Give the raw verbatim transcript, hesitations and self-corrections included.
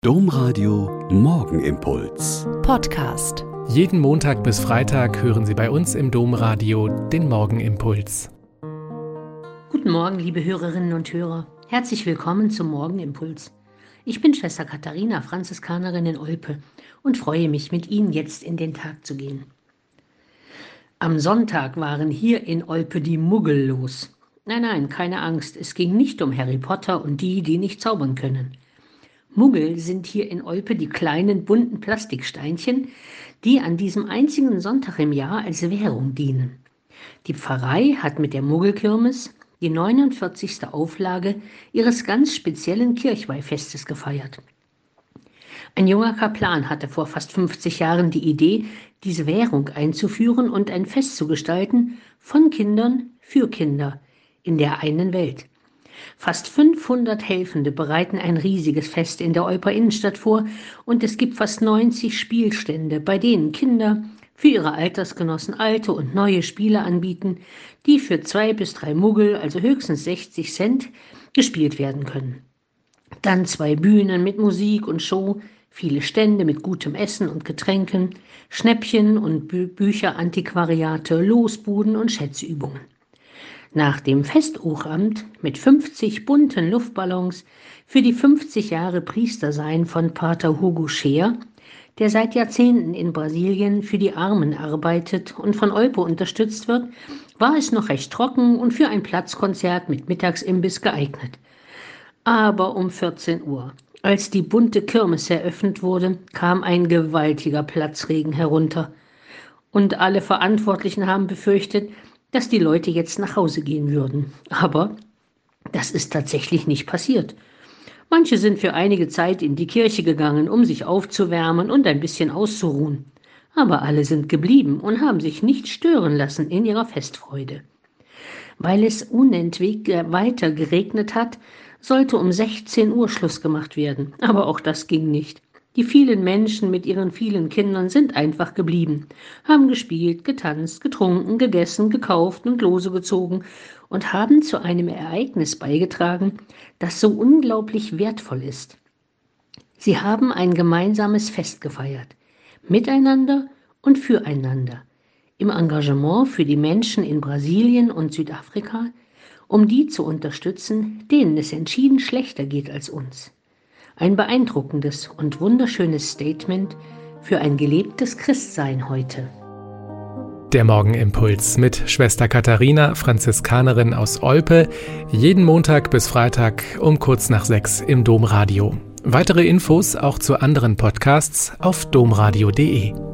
Domradio Morgenimpuls Podcast. Jeden Montag bis Freitag hören Sie bei uns im Domradio den Morgenimpuls. Guten Morgen, liebe Hörerinnen und Hörer. Herzlich willkommen zum Morgenimpuls. Ich bin Schwester Katharina, Franziskanerin in Olpe, und freue mich, mit Ihnen jetzt in den Tag zu gehen. Am Sonntag waren hier in Olpe die Muggel los. Nein, nein, keine Angst, es ging nicht um Harry Potter und die, die nicht zaubern können. Muggel sind hier in Olpe die kleinen bunten Plastiksteinchen, die an diesem einzigen Sonntag im Jahr als Währung dienen. Die Pfarrei hat mit der Muggelkirmes die neunundvierzigste Auflage ihres ganz speziellen Kirchweihfestes gefeiert. Ein junger Kaplan hatte vor fast fünfzig Jahren die Idee, diese Währung einzuführen und ein Fest zu gestalten von Kindern für Kinder in der einen Welt. Fast fünfhundert Helfende bereiten ein riesiges Fest in der Olper Innenstadt vor und es gibt fast neunzig Spielstände, bei denen Kinder für ihre Altersgenossen alte und neue Spiele anbieten, die für zwei bis drei Muggel, also höchstens sechzig Cent, gespielt werden können. Dann zwei Bühnen mit Musik und Show, viele Stände mit gutem Essen und Getränken, Schnäppchen und Bü- Bücher-Antiquariate, Losbuden und Schätzübungen. Nach dem Festochamt mit fünfzig bunten Luftballons für die fünfzig Jahre Priestersein von Pater Hugo Scheer, der seit Jahrzehnten in Brasilien für die Armen arbeitet und von Olpe unterstützt wird, war es noch recht trocken und für ein Platzkonzert mit Mittagsimbiss geeignet. Aber um vierzehn Uhr, als die bunte Kirmes eröffnet wurde, kam ein gewaltiger Platzregen herunter. Und alle Verantwortlichen haben befürchtet, dass die Leute jetzt nach Hause gehen würden. Aber das ist tatsächlich nicht passiert. Manche sind für einige Zeit in die Kirche gegangen, um sich aufzuwärmen und ein bisschen auszuruhen. Aber alle sind geblieben und haben sich nicht stören lassen in ihrer Festfreude. Weil es unentwegt weiter geregnet hat, sollte um sechzehn Uhr Schluss gemacht werden. Aber auch das ging nicht. Die vielen Menschen mit ihren vielen Kindern sind einfach geblieben, haben gespielt, getanzt, getrunken, gegessen, gekauft und Lose gezogen und haben zu einem Ereignis beigetragen, das so unglaublich wertvoll ist. Sie haben ein gemeinsames Fest gefeiert, miteinander und füreinander, im Engagement für die Menschen in Brasilien und Südafrika, um die zu unterstützen, denen es entschieden schlechter geht als uns. Ein beeindruckendes und wunderschönes Statement für ein gelebtes Christsein heute. Der Morgenimpuls mit Schwester Katharina, Franziskanerin aus Olpe, jeden Montag bis Freitag um kurz nach sechs im Domradio. Weitere Infos auch zu anderen Podcasts auf domradio punkt de.